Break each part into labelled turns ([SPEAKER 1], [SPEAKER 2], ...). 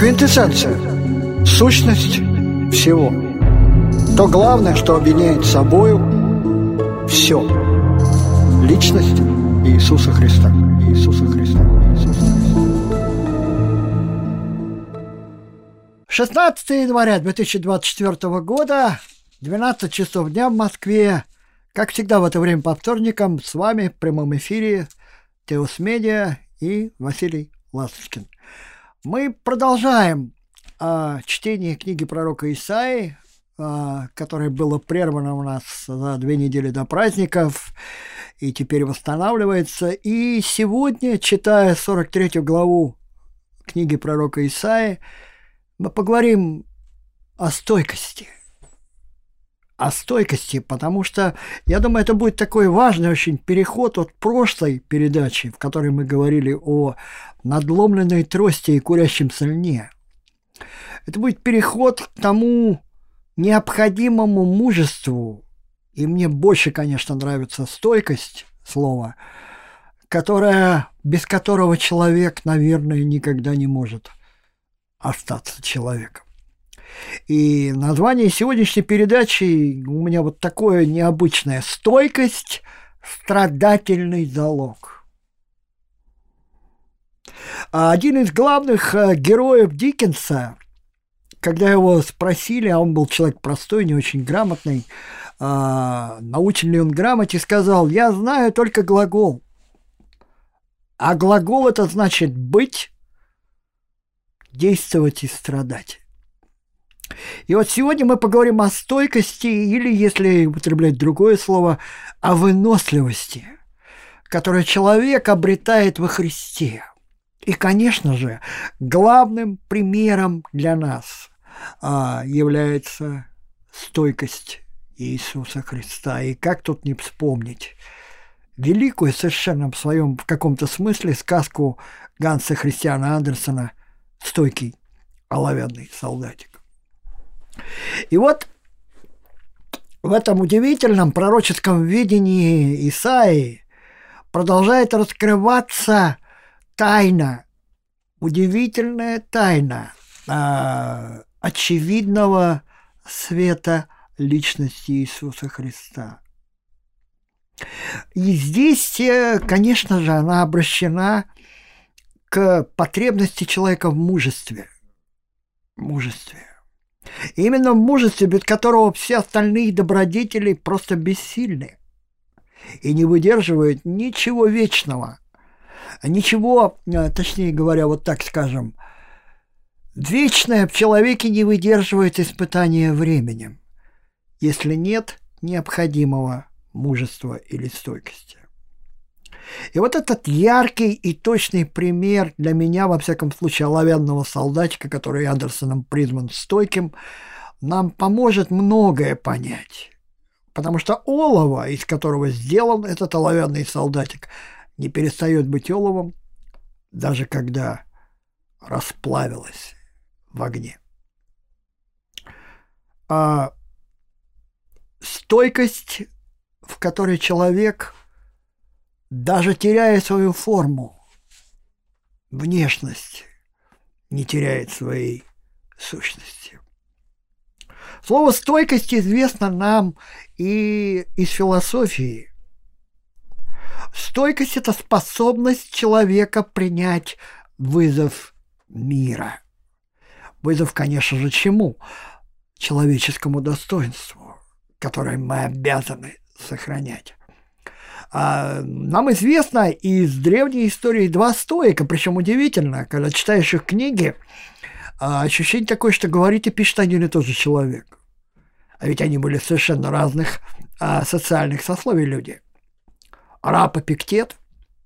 [SPEAKER 1] квинтэссенция, сущность всего. То главное, что объединяет собою все. Личность Иисуса Христа. Иисуса Христа. Иисуса Христа. 16 января 2024 года, 12 часов дня в Москве. Как всегда в это время по вторникам с вами в прямом эфире Теос Медиа и Василий Ласточкин. Мы продолжаем чтение книги пророка Исаии, которое было прервано у нас за 2 недели до праздников и теперь восстанавливается. И сегодня, читая 43 главу книги пророка Исаии, мы поговорим о стойкости. О стойкости, потому что, я думаю, это будет такой важный очень переход от прошлой передачи, в которой мы говорили о надломленной трости и курящемся льне. Это будет переход к тому необходимому мужеству, и мне больше, конечно, нравится стойкость слова, без которого человек, наверное, никогда не может остаться человеком. И название сегодняшней передачи у меня вот такое необычное: «Стойкость – страдательный залог». Один из главных героев Диккенса, когда его спросили, а он был человек простой, не очень грамотный, научен ли он грамоте, сказал: «Я знаю только глагол». А глагол – это значит быть, действовать и страдать. И вот сегодня мы поговорим о стойкости, или, если употреблять другое слово, о выносливости, которую человек обретает во Христе. И, конечно же, главным примером для нас является стойкость Иисуса Христа. И как тут не вспомнить великую совершенно в своем в каком-то смысле сказку Ганса Христиана Андерсена «Стойкий оловянный солдатик». И вот в этом удивительном пророческом видении Исаии продолжает раскрываться тайна, удивительная тайна очевидного света личности Иисуса Христа. И здесь, конечно же, она обращена к потребности человека в мужестве. Именно в мужестве, без которого все остальные добродетели просто бессильны и не выдерживают ничего вечного. Ничего, точнее говоря, вот так скажем, вечное в человеке не выдерживает испытания временем, если нет необходимого мужества или стойкости. И вот этот яркий и точный пример для меня, во всяком случае, оловянного солдатика, который Андерсоном призван стойким, нам поможет многое понять. Потому что олово, из которого сделан этот оловянный солдатик, не перестает быть оловом, даже когда расплавилось в огне. А стойкость, в которой человек, даже теряя свою форму, внешность, не теряет своей сущности. Слово «стойкость» известно нам и из философии. Стойкость – это способность человека принять вызов мира. Вызов, конечно же, чему? Человеческому достоинству, которое мы обязаны сохранять. Нам известно из древней истории 2 стоика, причем удивительно, когда читаешь их книги, ощущение такое, что говорит и пишет один и тот же человек. А ведь они были совершенно разных социальных сословий люди. Раб Эпиктет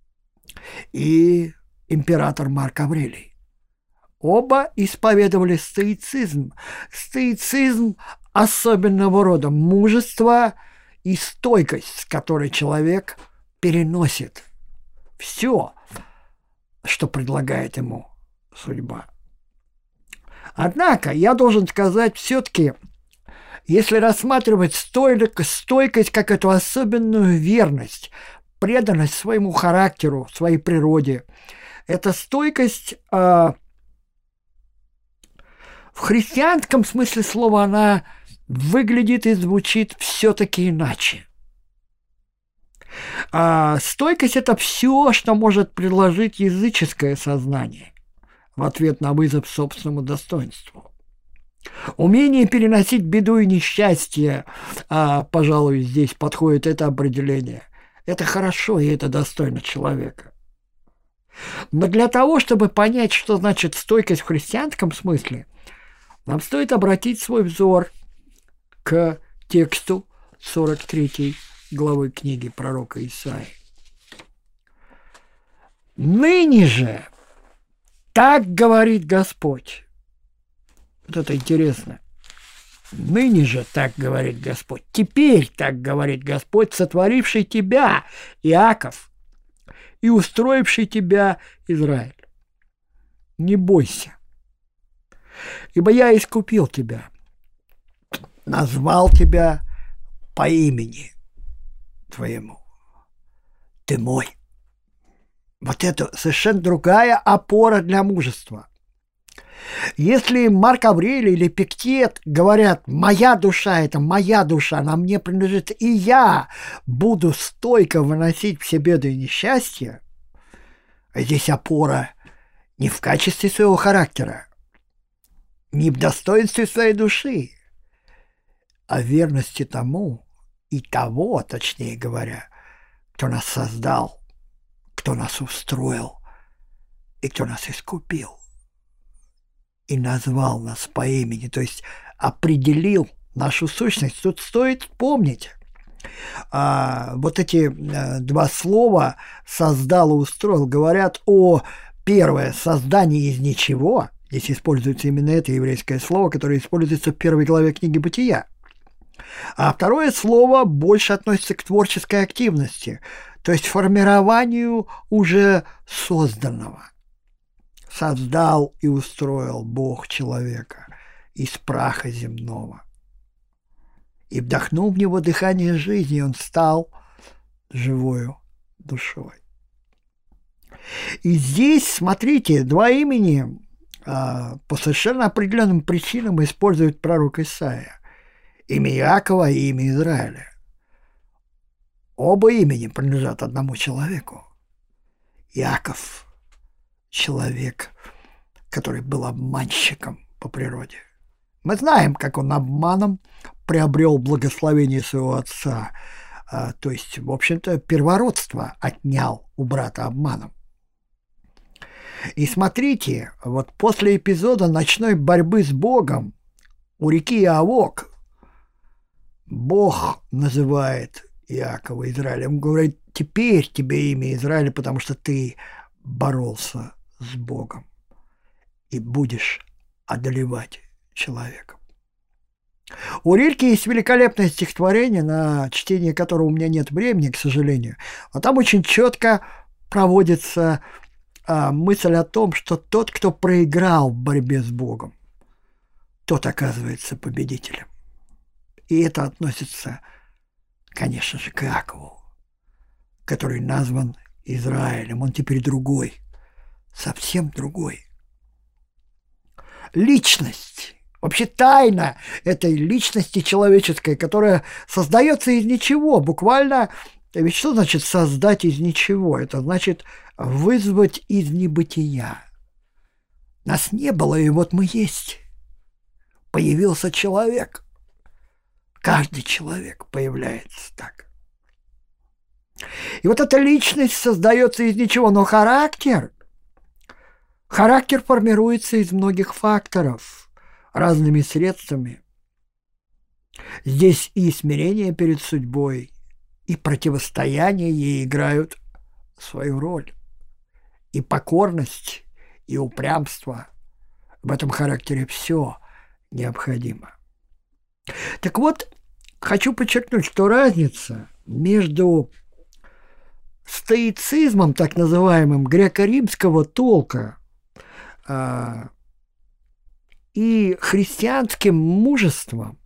[SPEAKER 1] и император Марк Аврелий. Оба исповедовали стоицизм. Стоицизм особенного рода, мужество и стойкость, с которой человек переносит все, что предлагает ему судьба. Однако я должен сказать, все-таки, если рассматривать стойкость как эту особенную верность, преданность своему характеру, своей природе, эта стойкость в христианском смысле слова она выглядит и звучит все-таки иначе. А стойкость – это все, что может предложить языческое сознание в ответ на вызов собственному достоинству. Умение переносить беду и несчастье, пожалуй, здесь подходит это определение. Это хорошо, и это достойно человека. Но для того, чтобы понять, что значит стойкость в христианском смысле, нам стоит обратить свой взор к тексту 43 главы книги пророка Исаии. «Ныне же так говорит Господь». Вот это интересно. «Ныне же так говорит Господь». Теперь так говорит Господь, сотворивший тебя, Иаков, и устроивший тебя, Израиль. Не бойся, ибо я искупил тебя, назвал тебя по имени твоему. Ты мой. Вот это совершенно другая опора для мужества. Если Марк Аврелий или Пиктет говорят: «Моя душа – это моя душа, она мне принадлежит, и я буду стойко выносить все беды и несчастья», здесь опора не в качестве своего характера, не в достоинстве своей души, а в верности тому и того, точнее говоря, кто нас создал, кто нас устроил и кто нас искупил и назвал нас по имени, то есть определил нашу сущность. Тут стоит помнить вот эти два слова «создал» и «устроил» говорят о, первое, создании из ничего. Здесь используется именно это еврейское слово, которое используется в первой главе книги «Бытия». А второе слово больше относится к творческой активности, то есть формированию уже созданного. Создал и устроил Бог человека из праха земного. И вдохнул в него дыхание жизни, он стал живою душой. И здесь, смотрите, два имени по совершенно определенным причинам использует пророк Исаия. Имя Иакова и имя Израиля. Оба имени принадлежат одному человеку. Иаков – человек, который был обманщиком по природе. Мы знаем, как он обманом приобрел благословение своего отца, то есть, в общем-то, первородство отнял у брата обманом. И смотрите, вот после эпизода ночной борьбы с Богом у реки Иавок Бог называет Иакова Израилем. Он говорит: теперь тебе имя Израиля, потому что ты боролся с Богом и будешь одолевать человека. У Рильке есть великолепное стихотворение, на чтение которого у меня нет времени, к сожалению. Но там очень четко проводится мысль о том, что тот, кто проиграл в борьбе с Богом, тот оказывается победителем. И это относится, конечно же, к Иакову, который назван Израилем. Он теперь другой, совсем другой. Личность, вообще тайна этой личности человеческой, которая создается из ничего, буквально. Ведь что значит создать из ничего? Это значит вызвать из небытия. Нас не было, и вот мы есть. Появился человек. Каждый человек появляется так. И вот эта личность создается из ничего, но характер формируется из многих факторов, разными средствами. Здесь и смирение перед судьбой, и противостояние ей играют свою роль. И покорность, и упрямство. В этом характере все необходимо. Так вот, хочу подчеркнуть, что разница между стоицизмом, так называемым, греко-римского толка, и христианским мужеством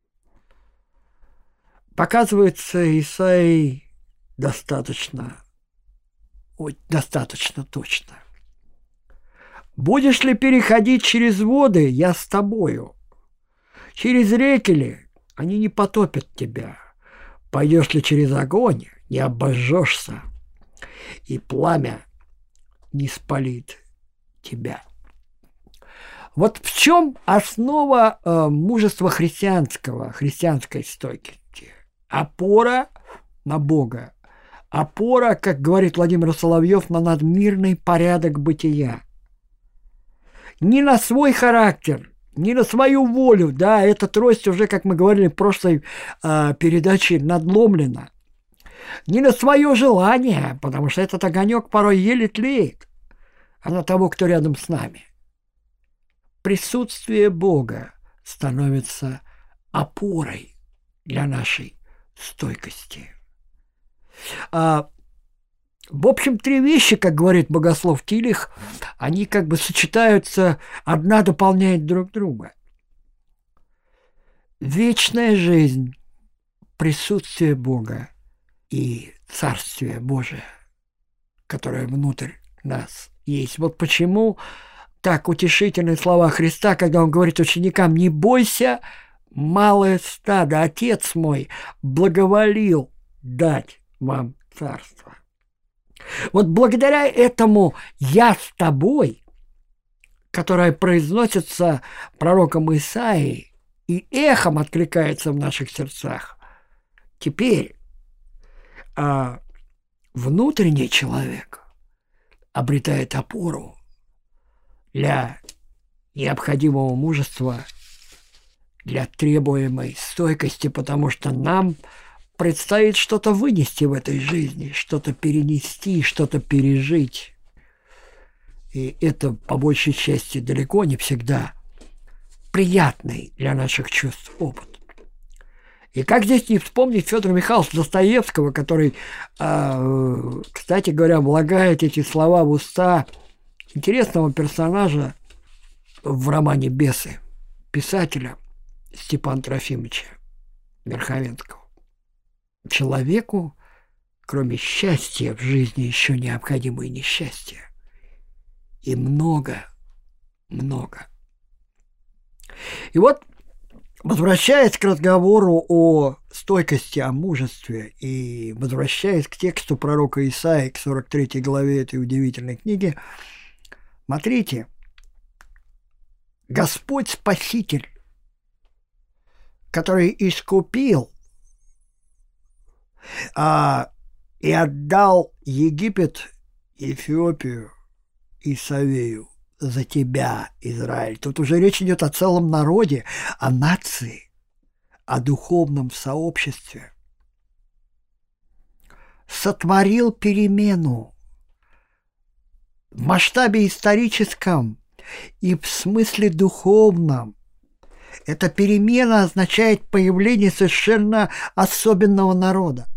[SPEAKER 1] показывается Исаией достаточно точно. Будешь ли переходить через воды, я с тобою. Через реки ли, они не потопят тебя. Пойдешь ли через огонь, не обожжешься, и пламя не спалит тебя. Вот в чем основа мужества христианской стойкости? Опора на Бога. Опора, как говорит Владимир Соловьев, на надмирный порядок бытия. Не на свой характер, не на свою волю, да, эта трость уже, как мы говорили в прошлой передаче, надломлена. Не на свое желание, потому что этот огонек порой еле тлеет, а на того, кто рядом с нами. Присутствие Бога становится опорой для нашей стойкости. В общем, три вещи, как говорит богослов Тилих, они как бы сочетаются, одна дополняет друг друга. Вечная жизнь, присутствие Бога и Царствие Божие, которое внутрь нас есть. Вот почему так утешительные слова Христа, когда Он говорит ученикам: «Не бойся, малое стадо, Отец мой благоволил дать вам царство». Вот благодаря этому «я с тобой», которое произносится пророком Исаией и эхом откликается в наших сердцах, теперь внутренний человек обретает опору для необходимого мужества, для требуемой стойкости, потому что нам предстоит что-то вынести в этой жизни, что-то перенести, что-то пережить. И это, по большей части, далеко не всегда приятный для наших чувств опыт. И как здесь не вспомнить Федора Михайловича Достоевского, который, кстати говоря, влагает эти слова в уста интересного персонажа в романе «Бесы», писателя Степана Трофимовича Верховенского. Человеку, кроме счастья в жизни, еще необходимо и несчастье. И много. И вот, возвращаясь к разговору о стойкости, о мужестве, и возвращаясь к тексту пророка Исаии, к 43 главе этой удивительной книги, смотрите, Господь Спаситель, который искупил и отдал Египет, Эфиопию и Савею за тебя, Израиль. Тут уже речь идет о целом народе, о нации, о духовном сообществе. Сотворил перемену в масштабе историческом и в смысле духовном. Эта перемена означает появление совершенно особенного народа.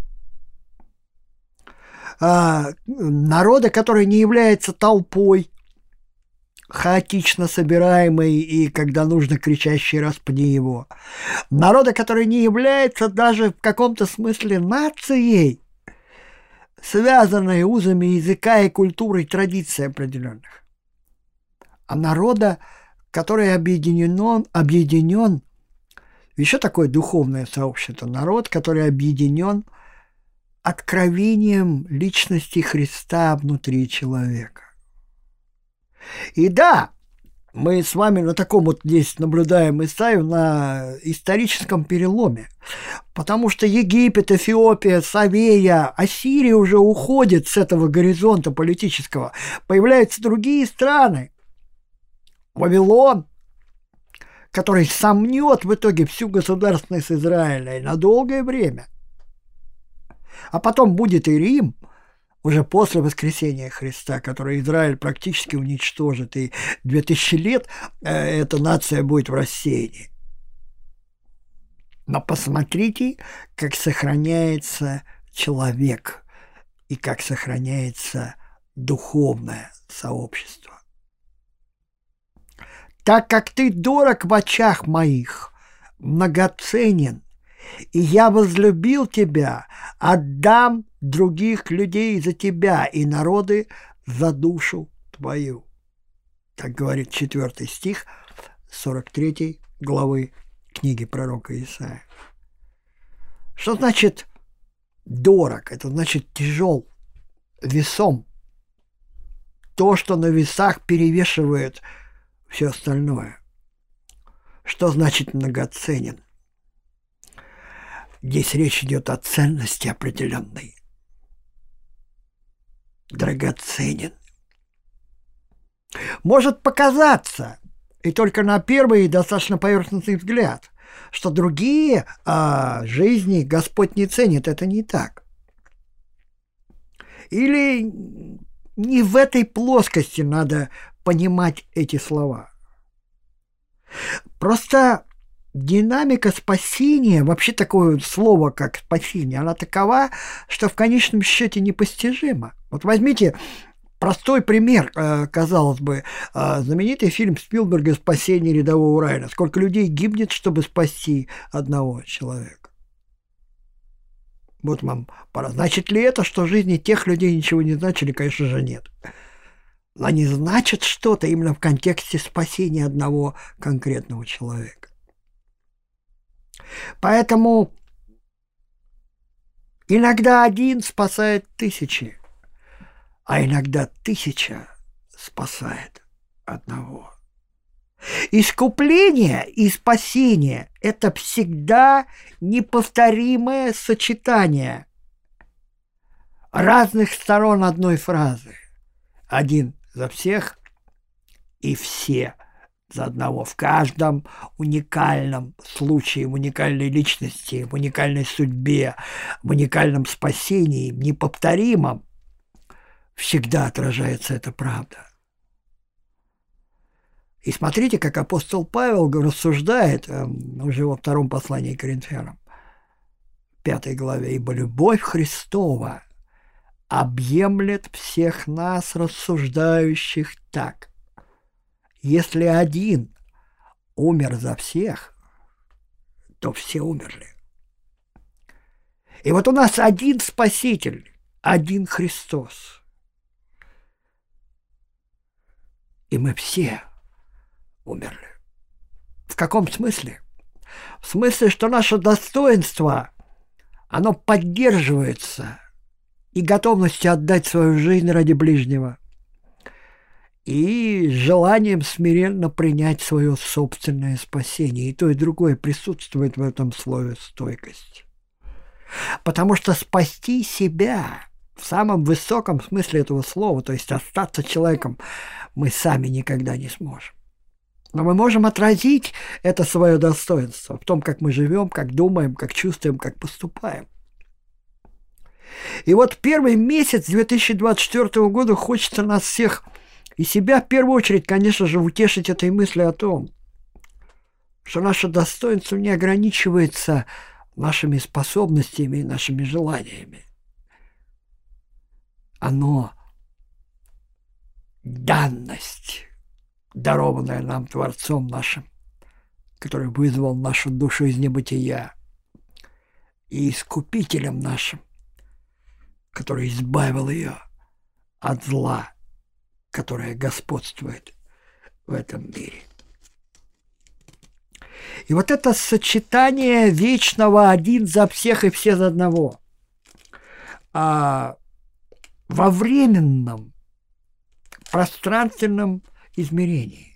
[SPEAKER 1] Народа, который не является толпой, хаотично собираемой и, когда нужно, кричащей распни его. Народа, который не является даже в каком-то смысле нацией, связанной узами языка и культуры и традиций определенных. А народа, который объединен, еще такое духовное сообщество, народ, который объединен откровением личности Христа внутри человека. И да, мы с вами на таком вот здесь наблюдаем Исаию на историческом переломе, потому что Египет, Эфиопия, Савея, Ассирия уже уходит с этого горизонта политического, появляются другие страны. Вавилон, который сомнет в итоге всю государственность Израиля на долгое время. А потом будет и Рим, уже после воскресения Христа, который Израиль практически уничтожит, и 2000 лет эта нация будет в рассеянии. Но посмотрите, как сохраняется человек и как сохраняется духовное сообщество. Так как ты дорог в очах моих, многоценен, и я возлюбил тебя, отдам других людей за тебя и народы за душу твою. Так говорит 4 стих 43 главы книги пророка Исаия. Что значит дорог? Это значит тяжел, весом. То, что на весах перевешивает все остальное. Что значит многоценен? Здесь речь идет о ценности определенной. Драгоценен. Может показаться, и только на первый достаточно поверхностный взгляд, что другие жизни Господь не ценит. Это не так. Или не в этой плоскости надо понимать эти слова. Просто динамика спасения, вообще такое слово, как спасение, она такова, что в конечном счете непостижима. Вот возьмите простой пример, казалось бы, знаменитый фильм Спилберга «Спасение рядового Райана». Сколько людей гибнет, чтобы спасти одного человека. Вот вам пора. Значит ли это, что жизни тех людей ничего не значили? Конечно же, нет. Но они значат что-то именно в контексте спасения одного конкретного человека. Поэтому иногда один спасает тысячи, а иногда 1000 спасает одного. Искупление и спасение – это всегда неповторимое сочетание разных сторон одной фразы. Один за всех и все за одного. В каждом уникальном случае, в уникальной личности, в уникальной судьбе, в уникальном спасении, неповторимом, всегда отражается эта правда. И смотрите, как апостол Павел рассуждает уже во 2 послании к Коринфянам, 5 главе, «Ибо любовь Христова объемлет всех нас, рассуждающих так. Если один умер за всех, то все умерли». И вот у нас один Спаситель, один Христос. И мы все умерли. В каком смысле? В смысле, что наше достоинство, оно поддерживается и готовностью отдать свою жизнь ради ближнего, и желанием смиренно принять свое собственное спасение. И то, и другое присутствует в этом слове «стойкость». Потому что спасти себя в самом высоком смысле этого слова, то есть остаться человеком, мы сами никогда не сможем. Но мы можем отразить это свое достоинство в том, как мы живем, как думаем, как чувствуем, как поступаем. И вот первый месяц 2024 года хочется нас всех и себя в первую очередь, конечно же, утешить этой мыслью о том, что наше достоинство не ограничивается нашими способностями и нашими желаниями. Оно данность, дарованная нам Творцом нашим, который вызвал нашу душу из небытия, и Искупителем нашим, который избавил ее от зла, которое господствует в этом мире. И вот это сочетание вечного один за всех и все за одного во временном пространственном измерении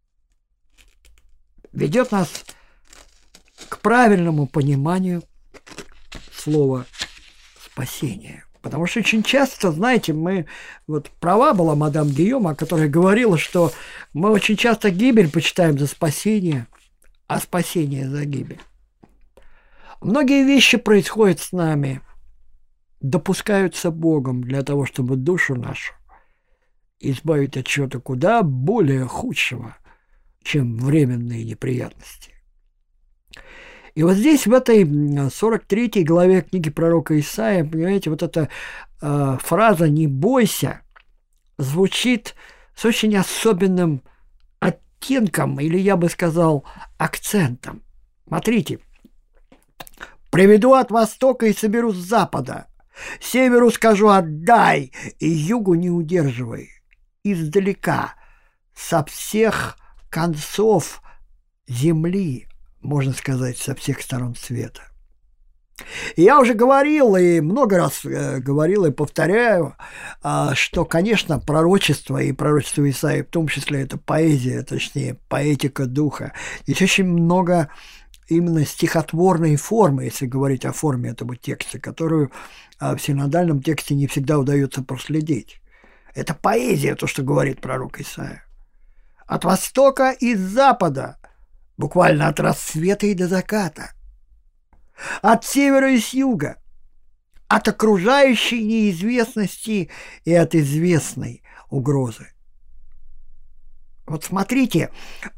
[SPEAKER 1] ведет нас к правильному пониманию слова «спасение». Потому что очень часто, знаете, вот права была мадам Гийома, которая говорила, что мы очень часто гибель почитаем за спасение, а спасение за гибель. Многие вещи происходят с нами, допускаются Богом для того, чтобы душу нашу избавить от чего-то куда более худшего, чем временные неприятности. И вот здесь, в этой 43 главе книги пророка Исаия, понимаете, вот эта фраза «не бойся» звучит с очень особенным оттенком, или я бы сказал, акцентом. Смотрите. «Приведу от востока и соберу с запада, северу скажу отдай, и югу не удерживай, издалека со всех концов земли, можно сказать, со всех сторон света. И я уже говорил, и много раз говорил, и повторяю, что, конечно, пророчество и пророчество Исаии, в том числе, это поэзия, точнее, поэтика духа. Здесь очень много именно стихотворной формы, если говорить о форме этого текста, которую в синодальном тексте не всегда удается проследить. Это поэзия, то, что говорит пророк Исаия. От востока и запада, буквально от рассвета и до заката, от севера и с юга, от окружающей неизвестности и от известной угрозы. Вот смотрите,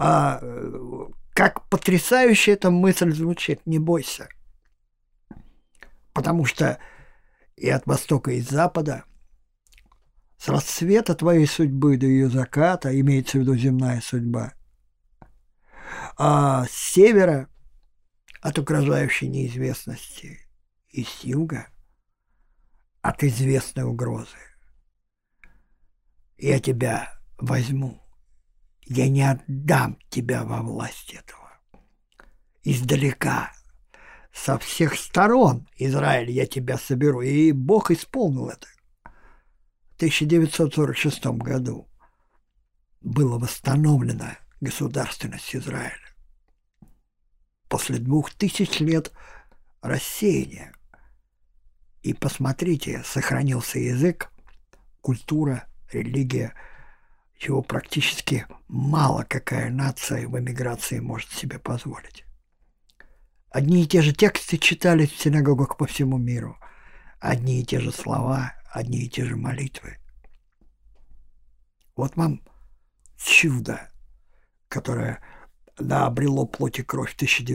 [SPEAKER 1] как потрясающе эта мысль звучит. Не бойся. Потому что и от востока, и с запада, с рассвета твоей судьбы до ее заката, имеется в виду земная судьба, а с севера от угрожающей неизвестности, и с юга от известной угрозы. Я тебя возьму, я не отдам тебя во власть этого. Издалека, со всех сторон, Израиль, я тебя соберу. И Бог исполнил это. В 1946 году была восстановлена государственность Израиля. После 2000 лет рассеяния. И посмотрите, сохранился язык, культура, религия, чего практически мало какая нация в эмиграции может себе позволить. Одни и те же тексты читались в синагогах по всему миру, одни и те же слова, одни и те же молитвы. Вот вам чудо, которое обрело плоть и кровь в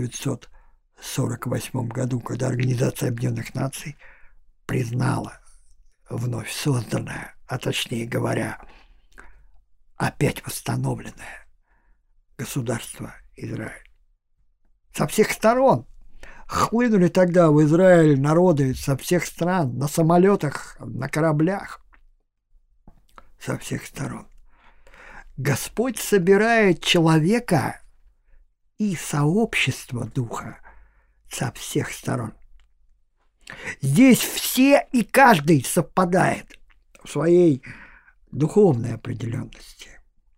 [SPEAKER 1] 1948 году, когда Организация Объединенных Наций признала вновь созданное, а точнее говоря, опять восстановленное государство Израиль. Со всех сторон хлынули тогда в Израиль народы со всех стран, на самолетах, на кораблях, со всех сторон. Господь собирает человека и сообщество духа со всех сторон. Здесь все и каждый совпадает в своей духовной определенности.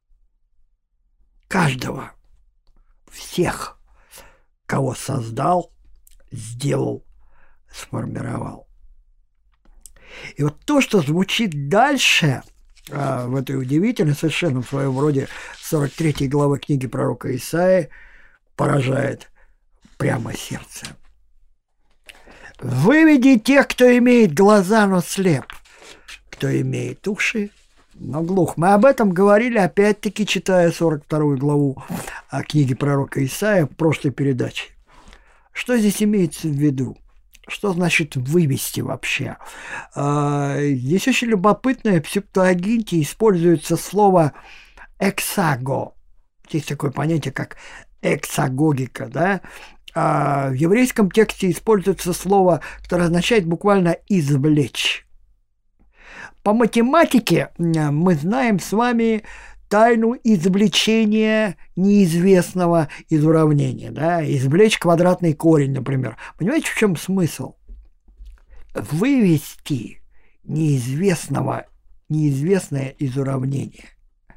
[SPEAKER 1] Каждого, всех, кого создал, сделал, сформировал. И вот то, что звучит дальше в этой удивительной совершенно в своем роде 43 главы книги пророка Исаии, поражает прямо сердце. «Выведи тех, кто имеет глаза, но слеп, кто имеет уши, но глух». Мы об этом говорили, опять-таки, читая 42 главу книги пророка Исаии в прошлой передаче. Что здесь имеется в виду? Что значит «вывести» вообще? Здесь очень любопытное в Септуагинте используется слово «эксаго». Есть такое понятие, как эксагогика, да? В еврейском тексте используется слово, которое означает буквально «извлечь». По математике мы знаем с вами тайну извлечения неизвестного из уравнения. Да? Извлечь квадратный корень, например. Понимаете, в чем смысл? Вывести неизвестное из уравнения.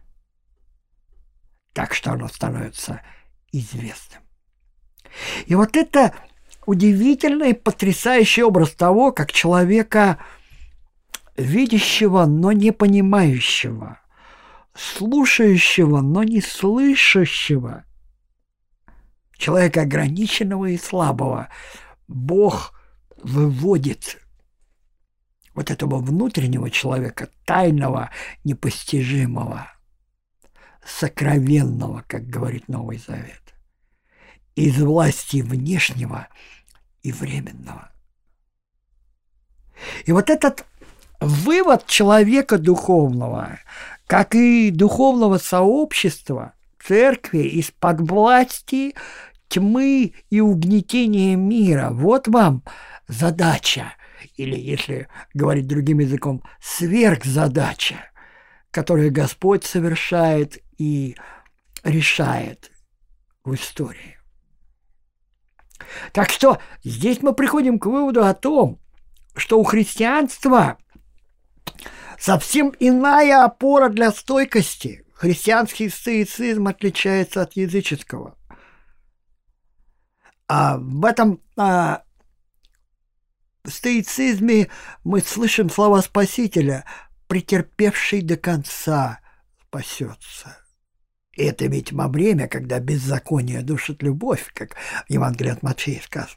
[SPEAKER 1] Так что оно становится известным. И вот это удивительный, потрясающий образ того, как человека, видящего, но не понимающего, слушающего, но не слышащего, человека ограниченного и слабого, Бог выводит вот этого внутреннего человека, тайного, непостижимого, сокровенного, как говорит Новый Завет, из власти внешнего и временного. И вот этот вывод человека духовного, как и духовного сообщества, церкви из-под власти тьмы и угнетения мира, вот вам задача, или, если говорить другим языком, сверхзадача, которую Господь совершает и решает в истории. Так что здесь мы приходим к выводу о том, что у христианства совсем иная опора для стойкости. Христианский стоицизм отличается от языческого. А в этом стоицизме мы слышим слова Спасителя: «Претерпевший до конца спасется». И это ведь во время, когда беззаконие душит любовь, как в Евангелии от Матфея сказано.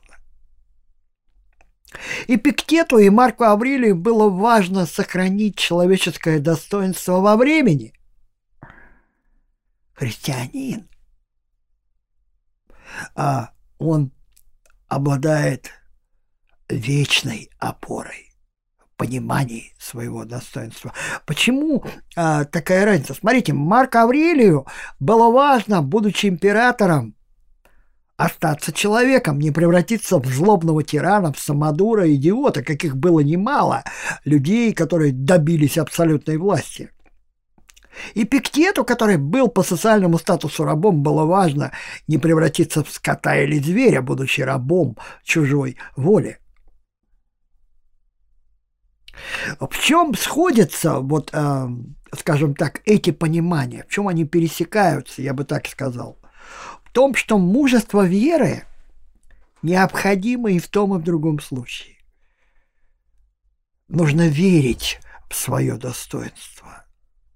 [SPEAKER 1] Эпиктету и Марку Аврелию было важно сохранить человеческое достоинство во времени. Христианин, он обладает вечной опорой в понимании своего достоинства. Почему такая разница? Смотрите, Марку Аврелию было важно, будучи императором, остаться человеком, не превратиться в злобного тирана, в самодура, идиота, каких было немало людей, которые добились абсолютной власти. Эпиктету, который был по социальному статусу рабом, было важно не превратиться в скота или зверя, будучи рабом чужой воли. В чем сходятся, скажем так, эти понимания, в чем они пересекаются, я бы так сказал? В том, что мужество веры необходимо и в том, и в другом случае. Нужно верить в свое достоинство.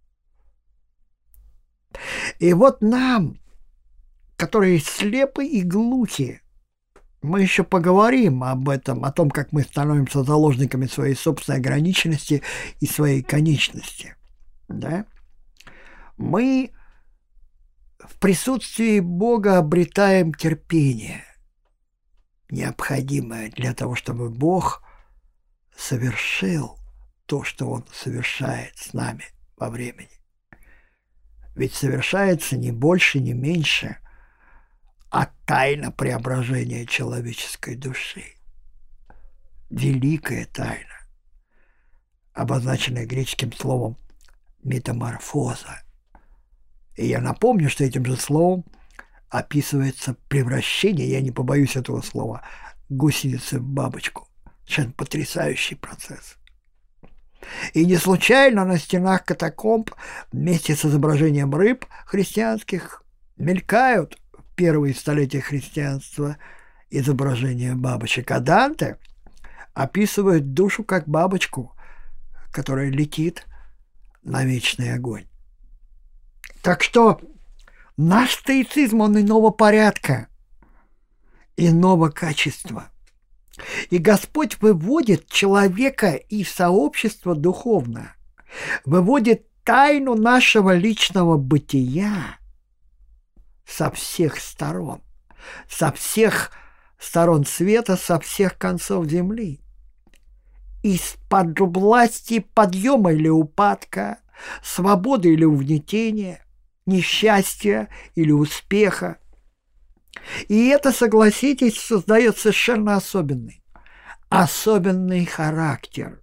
[SPEAKER 1] И вот нам, которые слепы и глухи, мы еще поговорим об этом, о том, как мы становимся заложниками своей собственной ограниченности и своей конечности. Да? Мы в присутствии Бога обретаем терпение, необходимое для того, чтобы Бог совершил то, что Он совершает с нами во времени. Ведь совершается не больше, не меньше, а тайна преображения человеческой души. Великая тайна, обозначенная греческим словом метаморфоза. И я напомню, что этим же словом описывается превращение, я не побоюсь этого слова, гусеницы в бабочку. Совершенно потрясающий процесс. И не случайно на стенах катакомб вместе с изображением рыб христианских мелькают в первые столетия христианства изображения бабочек. А Данте описывает душу как бабочку, которая летит на вечный огонь. Так что наш стоицизм, он иного порядка, иного качества. И Господь выводит человека из сообщества духовно, выводит тайну нашего личного бытия со всех сторон света, со всех концов земли. Из-под власти подъема или упадка, свободы или угнетения, несчастья или успеха. И это, согласитесь, создает совершенно особенный характер.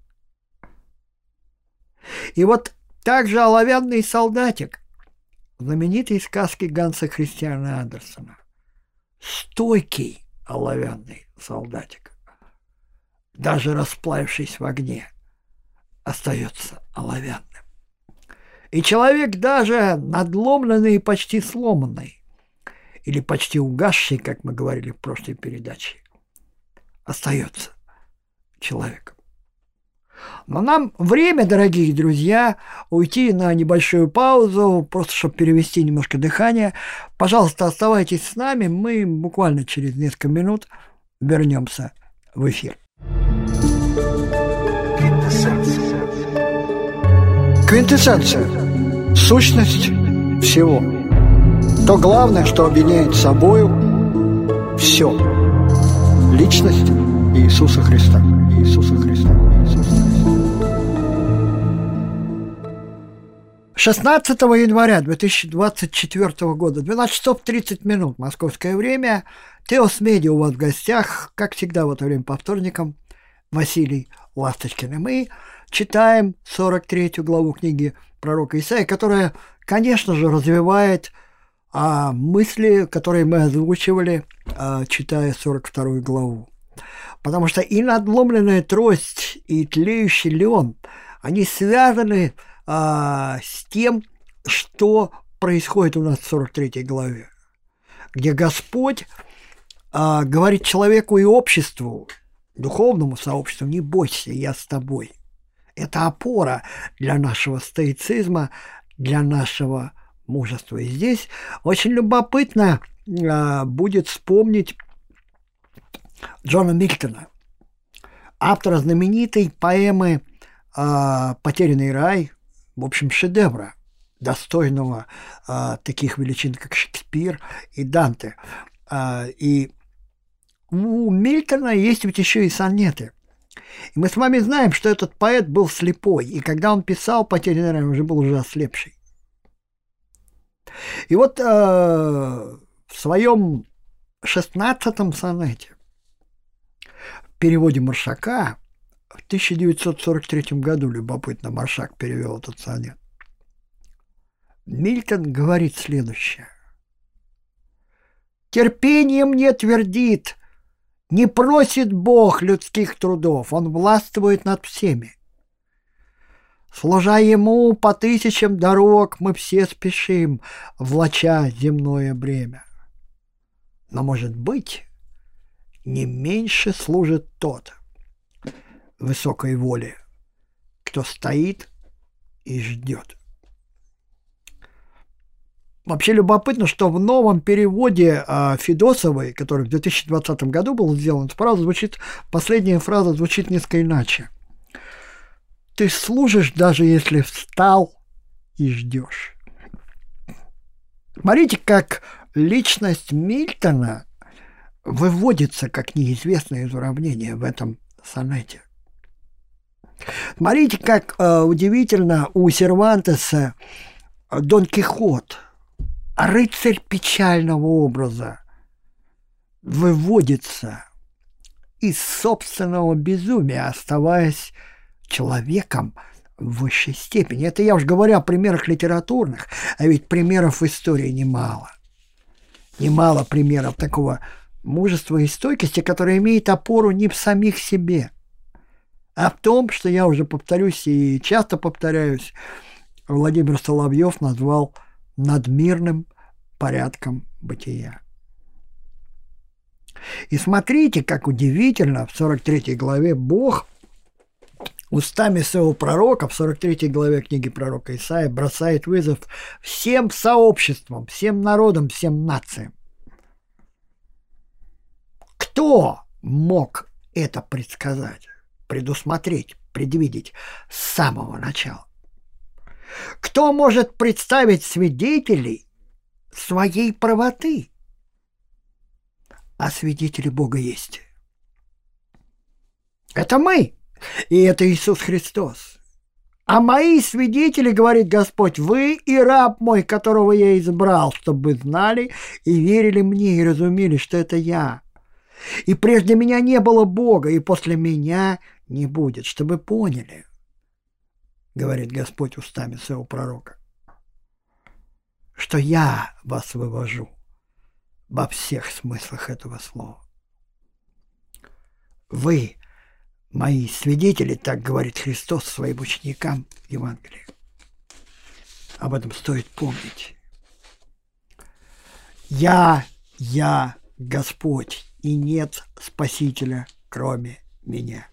[SPEAKER 1] И вот также оловянный солдатик, знаменитые сказки Ганса Христиана Андерсена, стойкий оловянный солдатик, даже расплавившись в огне, остается оловянным. И человек, даже надломленный и почти сломанный, или почти угасший, как мы говорили в прошлой передаче, остается человеком. Но нам время, дорогие друзья, уйти на небольшую паузу, просто чтобы перевести немножко дыхание. Пожалуйста, оставайтесь с нами, мы буквально через несколько минут вернемся в эфир. Квинтэссенция. Сущность всего. То главное, что объединяет собою все. Личность Иисуса Христа. Иисуса Христа. Иисуса Христа. 16 января 2024 года, 12 часов 30 минут, московское время. Теос Медиа у вас в гостях, как всегда в это время по вторникам, Василий Ласточкин. И мы читаем 43 главу книги пророка Исаии, которая, конечно же, развивает мысли, которые мы озвучивали, читая 42 главу. Потому что и надломленная трость, и тлеющий лен, они связаны с тем, что происходит у нас в 43 главе, где Господь говорит человеку и обществу, духовному сообществу: не бойся, я с тобой. Это опора для нашего стоицизма, для нашего мужества. И здесь очень любопытно будет вспомнить Джона Мильтона, автора знаменитой поэмы «Потерянный рай», в общем, шедевра, достойного таких величин, как Шекспир и Данте. И у Мильтона есть ведь еще и сонеты. И мы с вами знаем, что этот поэт был слепой, и когда он писал «Потерянный рай», он был уже ослепший. И вот в своем 16-м сонете, в переводе Маршака, в 1943 году, любопытно, Маршак перевел этот сонет, Мильтон говорит следующее: «Терпение мне твердит, не просит Бог людских трудов, Он властвует над всеми. Служа Ему по тысячам дорог, мы все спешим, влача земное бремя. Но, может быть, не меньше служит тот высокой воле, кто стоит и ждет». Вообще любопытно, что в новом переводе Федосовой, который в 2020 году был сделан, последняя фраза звучит несколько иначе. «Ты служишь, даже если встал и ждешь». Смотрите, как личность Мильтона выводится как неизвестное из уравнения в этом сонете. Смотрите, как удивительно у Сервантеса Дон Кихот, рыцарь печального образа, выводится из собственного безумия, оставаясь человеком в высшей степени. Это я уж говорю о примерах литературных, а ведь примеров в истории немало. Немало примеров такого мужества и стойкости, которое имеет опору не в самих себе, а в том, что я уже повторюсь и часто повторяюсь, Владимир Соловьев назвал надмирным порядком бытия. И смотрите, как удивительно, в 43 главе Бог устами своего пророка, в 43 главе книги пророка Исаии, бросает вызов всем сообществам, всем народам, всем нациям. Кто мог это предсказать, предусмотреть, предвидеть с самого начала? Кто может представить свидетелей своей правоты? А свидетели Бога есть. Это мы, и это Иисус Христос. А мои свидетели, говорит Господь, вы и раб мой, которого я избрал, чтобы знали и верили мне, и разумели, что это я. И прежде меня не было Бога, и после меня не будет, чтобы поняли, говорит Господь устами своего пророка, что я вас вывожу во всех смыслах этого слова. Вы мои свидетели, так говорит Христос своим ученикам в Евангелии. Об этом стоит помнить. Я Господь, и нет Спасителя, кроме меня.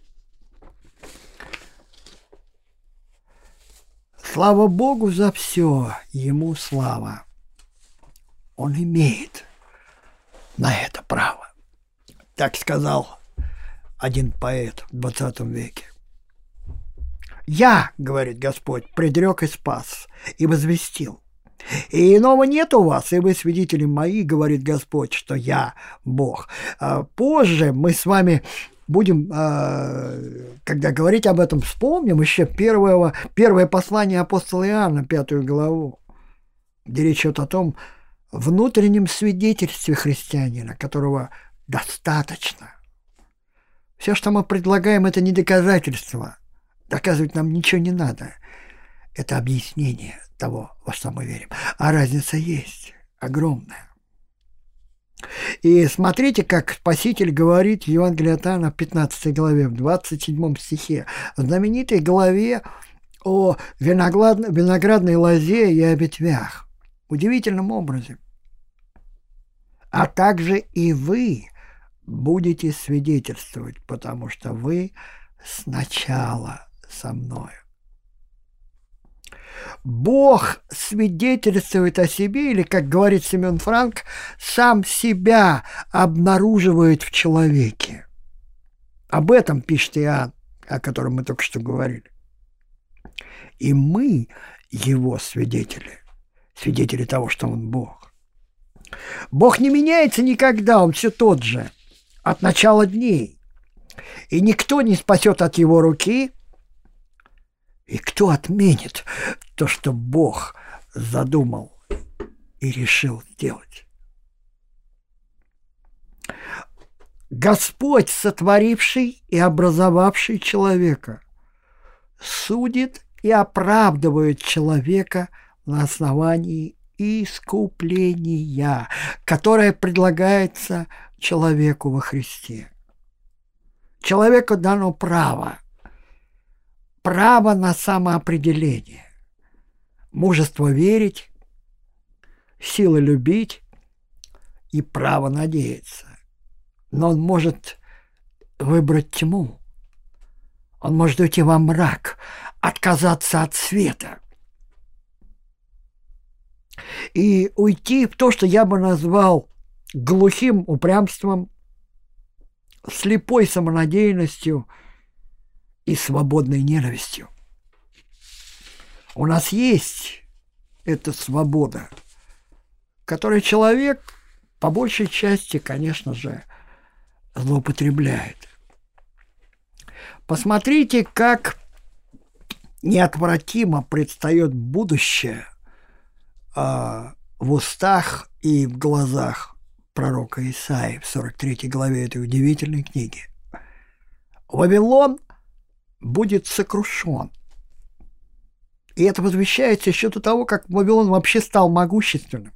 [SPEAKER 1] Слава Богу за все, Ему слава. Он имеет на это право. Так сказал один поэт в 20 веке. «Я, — говорит Господь, — предрек и спас, и возвестил. И иного нет у вас, и вы свидетели мои, — говорит Господь, — что я Бог». Позже мы с вами будем, когда говорить об этом, вспомним еще первое послание апостола Иоанна, 5 главу, где речь идет о том внутреннем свидетельстве христианина, которого достаточно. Все, что мы предлагаем, это не доказательство. Доказывать нам ничего не надо. это объяснение того, во что мы верим. А разница есть огромная. И смотрите, как Спаситель говорит в Евангелии от Иоанна в 15 главе, в 27 стихе, в знаменитой главе о виноградной лозе и о ветвях. Удивительным образом. А также и вы будете свидетельствовать, потому что вы сначала со мною. Бог свидетельствует о себе, или, как говорит Семен Франк, сам себя обнаруживает в человеке. Об этом пишет Иоанн, о котором мы только что говорили. И мы его свидетели, свидетели того, что он Бог. Бог не меняется никогда, он все тот же, от начала дней. И никто не спасет от его руки. И кто отменит то, что Бог задумал и решил сделать? Господь, сотворивший и образовавший человека, судит и оправдывает человека на основании искупления, которое предлагается человеку во Христе. Человеку дано право на самоопределение, мужество верить, сила любить и право надеяться. Но он может выбрать тьму, он может уйти во мрак, отказаться от света и уйти в то, что я бы назвал глухим упрямством, слепой самонадеянностью и свободной ненавистью. У нас есть эта свобода, которой человек по большей части, конечно же, злоупотребляет. Посмотрите, как неотвратимо предстает будущее в устах и в глазах пророка Исаии в 43 главе этой удивительной книги. Вавилон будет сокрушен. И это возвещается еще до того, как Вавилон вообще стал могущественным.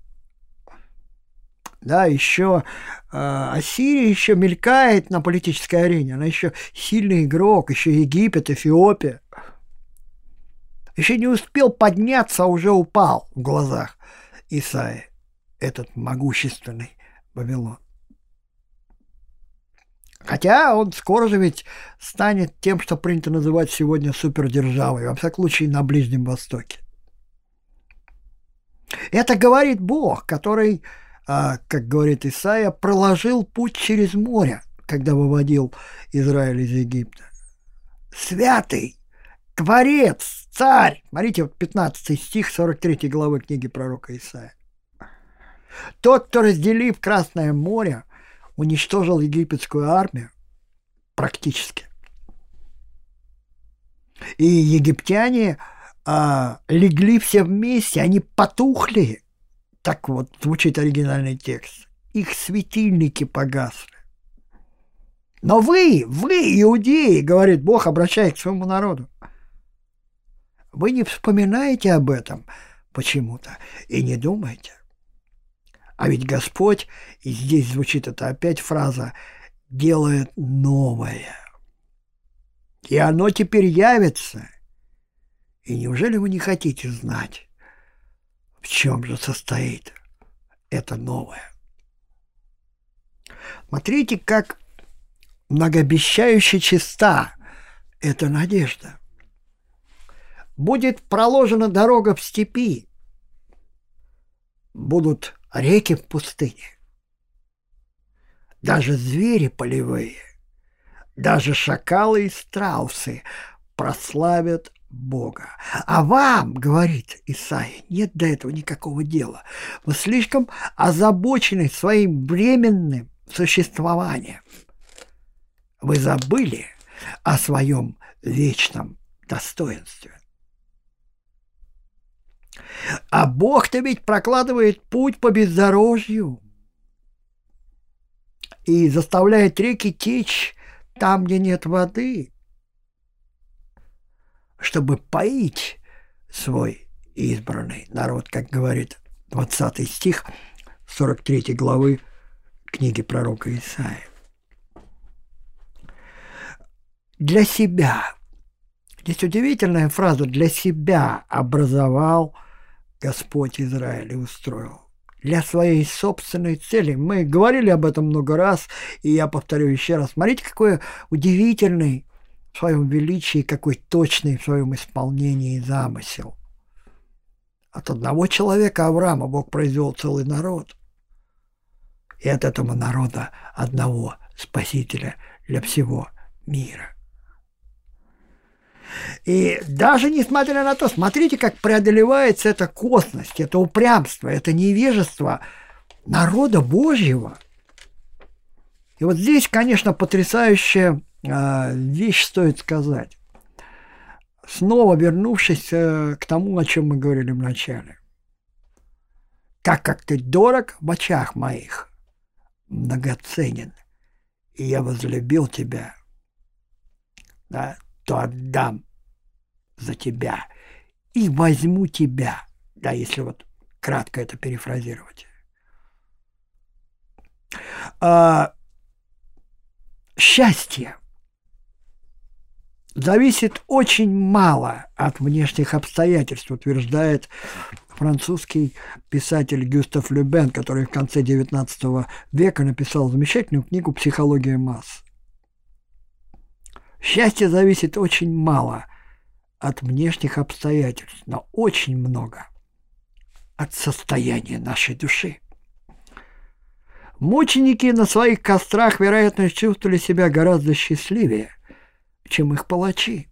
[SPEAKER 1] Да, еще Ассирия еще мелькает на политической арене, она еще сильный игрок, еще Египет, Эфиопия. Еще не успел подняться, а уже упал в глазах Исаии этот могущественный Вавилон. Хотя он скоро же ведь станет тем, что принято называть сегодня супердержавой, во всяком случае на Ближнем Востоке. Это говорит Бог, который, как говорит Исаия, проложил путь через море, когда выводил Израиль из Египта. Святый, Творец, Царь. Смотрите, вот 15 стих 43 главы книги пророка Исаия. Тот, кто, разделив Красное море, уничтожил египетскую армию практически. И египтяне легли все вместе, они потухли. Так вот звучит оригинальный текст. Их светильники погасли. Но вы, иудеи, говорит Бог, обращаясь к своему народу, вы не вспоминаете об этом почему-то и не думаете. А ведь Господь, и здесь звучит это опять фраза, делает новое. И оно теперь явится. И неужели вы не хотите знать, в чем же состоит это новое? Смотрите, как многообещающе чиста эта надежда. Будет проложена дорога в степи, будут реки в пустыне, даже звери полевые, даже шакалы и страусы прославят Бога. А вам, говорит Исаия, нет до этого никакого дела. Вы слишком озабочены своим временным существованием. Вы забыли о своем вечном достоинстве. А Бог-то ведь прокладывает путь по бездорожью и заставляет реки течь там, где нет воды, чтобы поить свой избранный народ, как говорит 20 стих 43 главы книги пророка Исаии. Для себя. Здесь удивительная фраза: «Для себя образовал Господь Израиль и устроил». Для своей собственной цели. Мы говорили об этом много раз, и я повторю еще раз. Смотрите, какой удивительный в своем величии, какой точный в своем исполнении замысел. От одного человека, Авраама, Бог произвел целый народ. И от этого народа одного Спасителя для всего мира. И даже несмотря на то, смотрите, как преодолевается эта косность, это упрямство, это невежество народа Божьего. И вот здесь, конечно, потрясающая вещь стоит сказать. Снова вернувшись к тому, о чем мы говорили в начале. «Так как ты дорог в очах моих, многоценен, и я возлюбил тебя, да, то отдам за тебя и возьму тебя». Да, если вот кратко это перефразировать. Счастье зависит очень мало от внешних обстоятельств, утверждает французский писатель Гюстав Любен, который в конце XIX века написал замечательную книгу «Психология масс». Счастье зависит очень мало от внешних обстоятельств, но очень много от состояния нашей души. Мученики на своих кострах, вероятно, чувствовали себя гораздо счастливее, чем их палачи.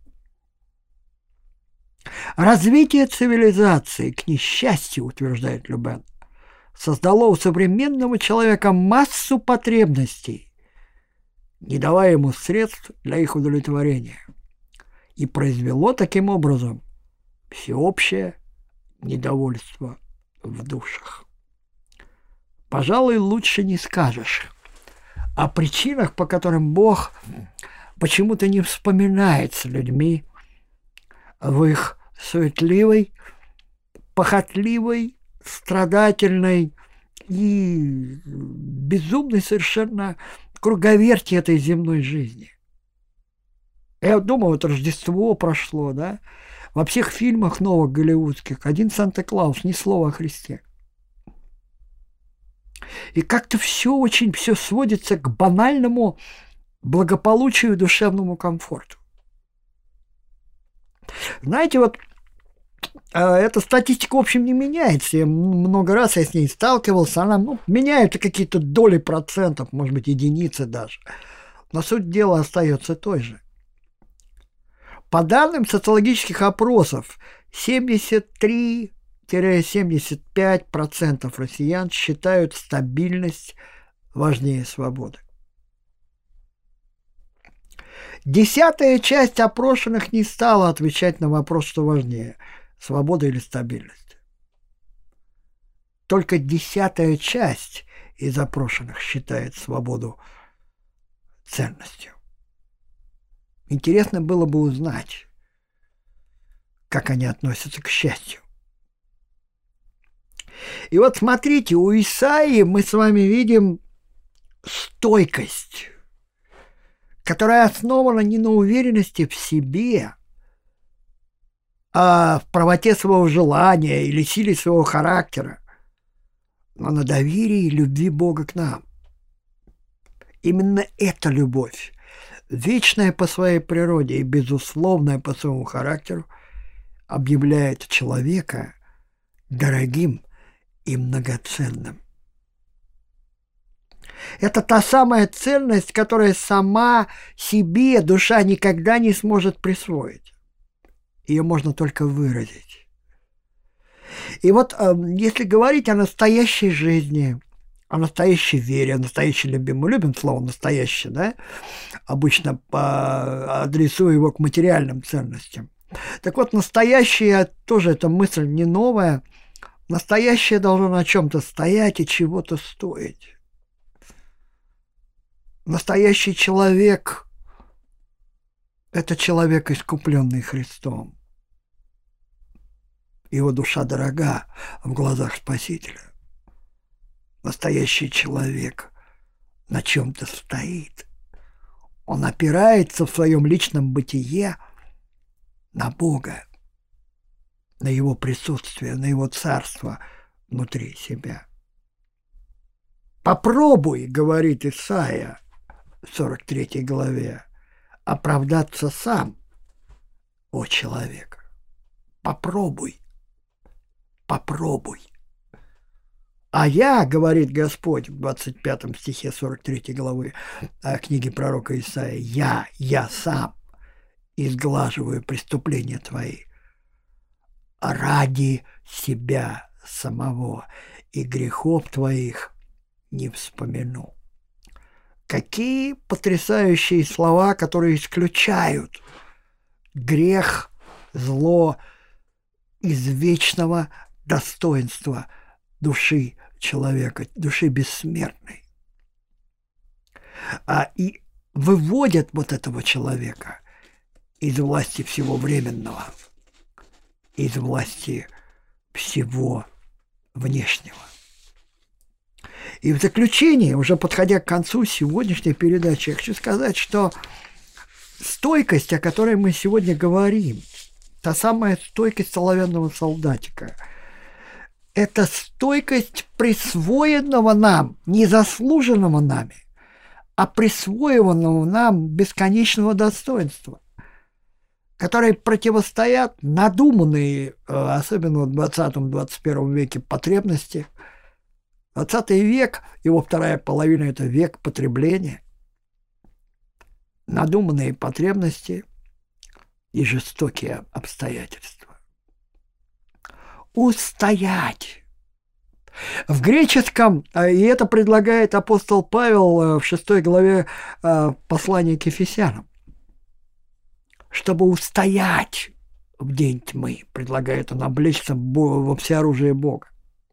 [SPEAKER 1] Развитие цивилизации, к несчастью, утверждает Любен, создало у современного человека массу потребностей, не давая ему средств для их удовлетворения, и произвело таким образом всеобщее недовольство в душах. Пожалуй, лучше не скажешь о причинах, по которым Бог почему-то не вспоминается людьми в их суетливой, похотливой, страдательной и безумной совершенно круговерти этой земной жизни. Я думаю, вот Рождество прошло, да? Во всех фильмах новых голливудских один Санта-Клаус, ни слова о Христе. И как-то все сводится к банальному благополучию и душевному комфорту. Знаете, вот эта статистика, в общем, не меняется. Много раз я с ней сталкивался. Она меняется какие-то доли процентов, может быть, единицы даже. Но суть дела остается той же. По данным социологических опросов, 73-75% россиян считают стабильность важнее свободы. 10-я часть опрошенных не стала отвечать на вопрос, что важнее – свобода или стабильность. Только 10-я часть из опрошенных считает свободу ценностью. Интересно было бы узнать, как они относятся к счастью. И вот смотрите, у Исаии мы с вами видим стойкость, которая основана не на уверенности в себе, а в правоте своего желания или силе своего характера, но на доверии и любви Бога к нам. Именно эта любовь, вечная по своей природе и безусловная по своему характеру, объявляет человека дорогим и многоценным. Это та самая ценность, которая сама себе душа никогда не сможет присвоить. Ее можно только выразить. И вот если говорить о настоящей жизни, о настоящей вере, о настоящей любви, мы любим слово «настоящее», да? Обычно адресуя его к материальным ценностям. Так вот, настоящее, тоже эта мысль не новая, настоящее должно на чем-то стоять и чего-то стоить. Настоящий человек – это человек, искупленный Христом. его душа дорога в глазах Спасителя. Настоящий человек на чем-то стоит. Он опирается в своем личном бытие на Бога, на Его присутствие, на Его царство внутри себя. «Попробуй, — говорит Исаия в 43 главе, — оправдаться сам, о человек. Попробуй, попробуй. А я, — говорит Господь в 25 стихе 43 главы книги пророка Исаия, я сам изглаживаю преступления твои ради себя самого, и грехов твоих не вспомяну». Какие потрясающие слова, которые исключают грех, зло из вечного достоинства души человека, души бессмертной. И выводят вот этого человека из власти всего временного, из власти всего внешнего. И в заключение, уже подходя к концу сегодняшней передачи, я хочу сказать, что стойкость, о которой мы сегодня говорим, та самая стойкость оловянного солдатика, это стойкость присвоенного нам, незаслуженного нами, а присвоенного нам бесконечного достоинства, которые противостоят надуманные, особенно в 20-21 веке, потребности. 20 век, его вторая половина – это век потребления, надуманные потребности и жестокие обстоятельства. Устоять. В греческом, и это предлагает апостол Павел в 6 главе послания к Ефесянам, чтобы устоять в день тьмы, предлагает он облечься во всеоружие Бога.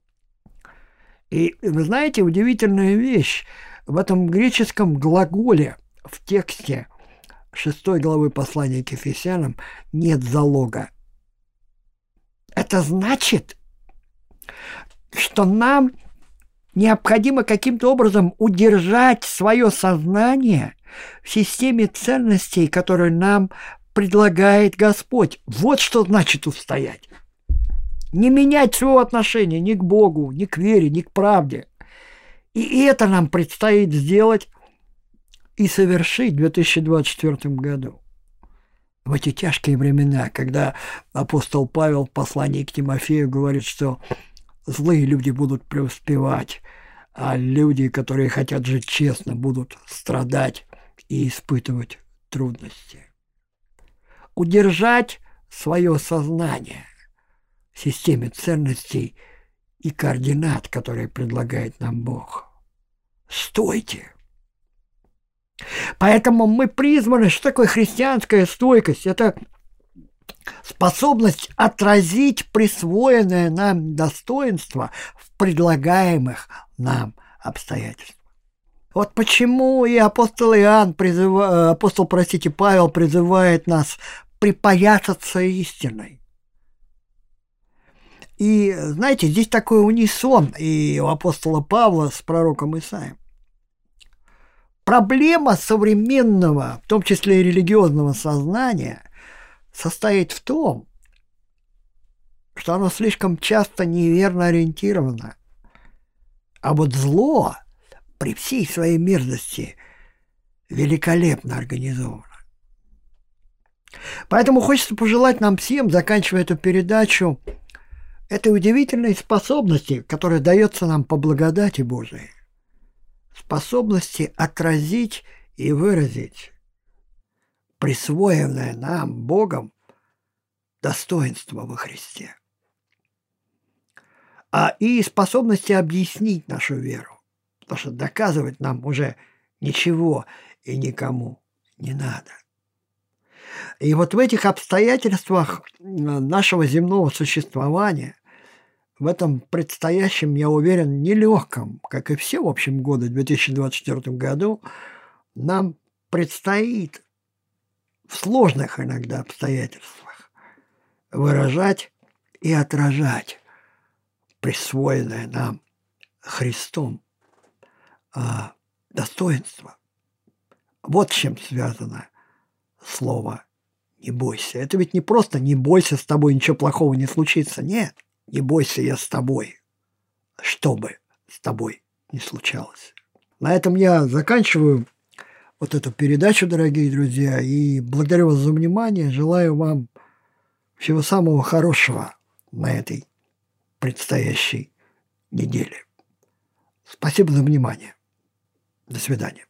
[SPEAKER 1] И вы знаете, удивительная вещь, в этом греческом глаголе в тексте 6 главы послания к Ефесянам нет залога. Это значит, что нам необходимо каким-то образом удержать свое сознание в системе ценностей, которую нам предлагает Господь. Вот что значит устоять. Не менять своего отношения ни к Богу, ни к вере, ни к правде. И это нам предстоит сделать и совершить в 2024 году. В эти тяжкие времена, когда апостол Павел в послании к Тимофею говорит, что злые люди будут преуспевать, а люди, которые хотят жить честно, будут страдать и испытывать трудности. Удержать свое сознание в системе ценностей и координат, которые предлагает нам Бог. Стойте! Поэтому мы призваны, что такое христианская стойкость? Это способность отразить присвоенное нам достоинство в предлагаемых нам обстоятельствах. Вот почему и Павел призывает нас припоясаться истиной. И, знаете, здесь такой унисон и у апостола Павла с пророком Исаией. Проблема современного, в том числе и религиозного сознания, состоит в том, что оно слишком часто неверно ориентировано. А вот зло при всей своей мерзости великолепно организовано. Поэтому хочется пожелать нам всем, заканчивая эту передачу, этой удивительной способности, которая дается нам по благодати Божией, способности отразить и выразить присвоенное нам Богом достоинство во Христе, и способности объяснить нашу веру, потому что доказывать нам уже ничего и никому не надо. И вот в этих обстоятельствах нашего земного существования, в этом предстоящем, я уверен, нелегком, как и все, в общем, годы в 2024 году, нам предстоит в сложных иногда обстоятельствах выражать и отражать присвоенное нам Христом достоинство. Вот с чем связано слово «не бойся». Это ведь не просто «не бойся, с тобой ничего плохого не случится». Нет, «не бойся, я с тобой», что бы с тобой ни случалось. На этом я заканчиваю вот эту передачу, дорогие друзья, и благодарю вас за внимание. Желаю вам всего самого хорошего на этой предстоящей неделе. Спасибо за внимание. До свидания.